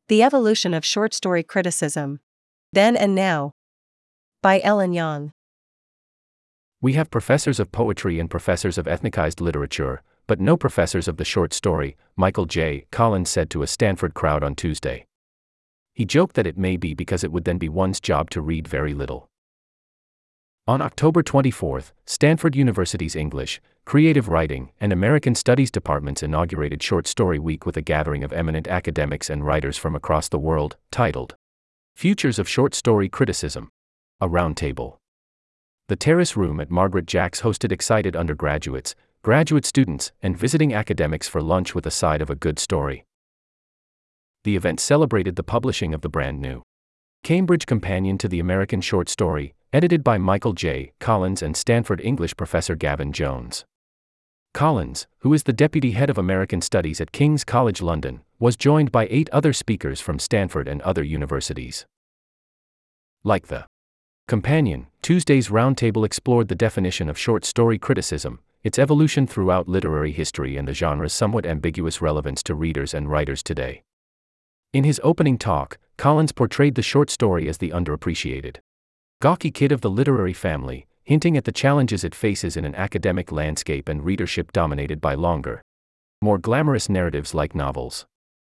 The Evolution of Short Story Criticism. Then and Now. By Ellen Yang. We have professors of poetry and professors of ethnicized literature, but no professors of the short story, Michael J. Collins said to a Stanford crowd on Tuesday. He joked that it may be because it would then be one's job to read very little. On October 24, Stanford University's English, Creative Writing, and American Studies departments inaugurated Short Story Week with a gathering of eminent academics and writers from across the world, titled Futures of Short Story Criticism, a roundtable. The Terrace Room at Margaret Jacks hosted excited undergraduates, graduate students, and visiting academics for lunch with a side of a good story. The event celebrated the publishing of the brand new Cambridge Companion to the American Short Story, edited by Michael J. Collins and Stanford English professor Gavin Jones. Collins, who is the deputy head of American Studies at King's College London, was joined by 8 other speakers from Stanford and other universities. Like the Companion, Tuesday's roundtable explored the definition of short story criticism, its evolution throughout literary history, and the genre's somewhat ambiguous relevance to readers and writers today. In his opening talk, Collins portrayed the short story as the underappreciated, gawky kid of the literary family, hinting at the challenges it faces in an academic landscape and readership dominated by longer, more glamorous narratives like novels.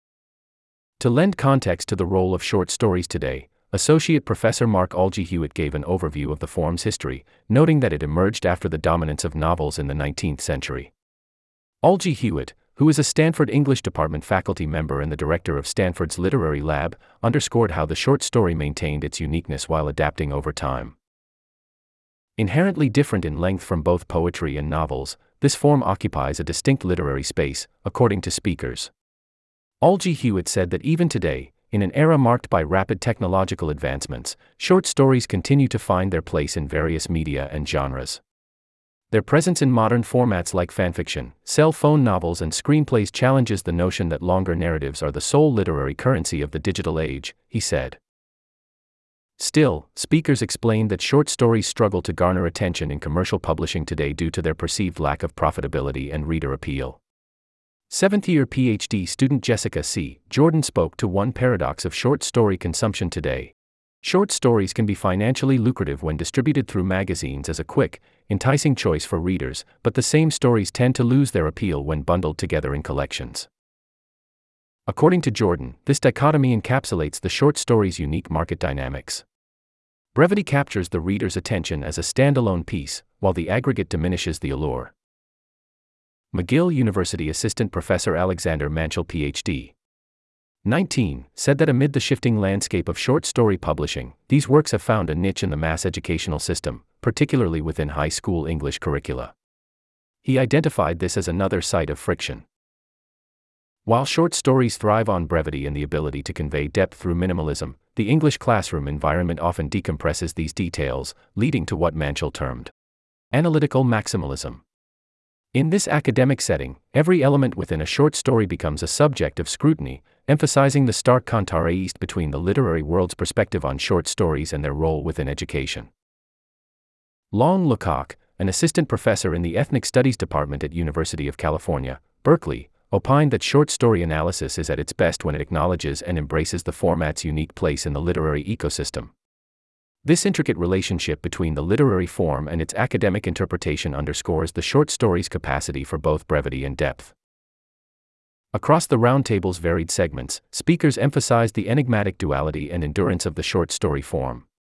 To lend context to the role of short stories today, Associate Professor Mark Algie-Hewitt gave an overview of the form's history, noting that it emerged after the dominance of novels in the 19th century. Algie-Hewitt, who is a Stanford English Department faculty member and the director of Stanford's Literary Lab, underscored how the short story maintained its uniqueness while adapting over time. Inherently different in length from both poetry and novels, this form occupies a distinct literary space, according to speakers. Algie-Hewitt said that even today, in an era marked by rapid technological advancements, short stories continue to find their place in various media and genres. Their presence in modern formats like fanfiction, cell phone novels, and screenplays challenges the notion that longer narratives are the sole literary currency of the digital age, he said. Still, speakers explained that short stories struggle to garner attention in commercial publishing today due to their perceived lack of profitability and reader appeal. Seventh-year PhD student Jessica C. Jordan spoke to one paradox of short story consumption today. Short stories can be financially lucrative when distributed through magazines as a quick, enticing choice for readers, but the same stories tend to lose their appeal when bundled together in collections. According to Jordan, this dichotomy encapsulates the short story's unique market dynamics. Brevity captures the reader's attention as a standalone piece, while the aggregate diminishes the allure. McGill University Assistant Professor Alexander Manchel, Ph.D. 19, said that amid the shifting landscape of short story publishing, these works have found a niche in the mass educational system, particularly within high school English curricula. He identified this as another site of friction. While short stories thrive on brevity and the ability to convey depth through minimalism, the English classroom environment often decompresses these details, leading to what Manchel termed analytical maximalism. In this academic setting, every element within a short story becomes a subject of scrutiny, emphasizing the stark contrast between the literary world's perspective on short stories and their role within education. Long Lecoq, an assistant professor in the Ethnic Studies Department at University of California, Berkeley, opined that short story analysis is at its best when it acknowledges and embraces the format's unique place in the literary ecosystem. This intricate relationship between the literary form and its academic interpretation underscores the short story's capacity for both brevity and depth. Across the roundtable's varied segments, speakers emphasized the enigmatic duality and endurance of the short story form.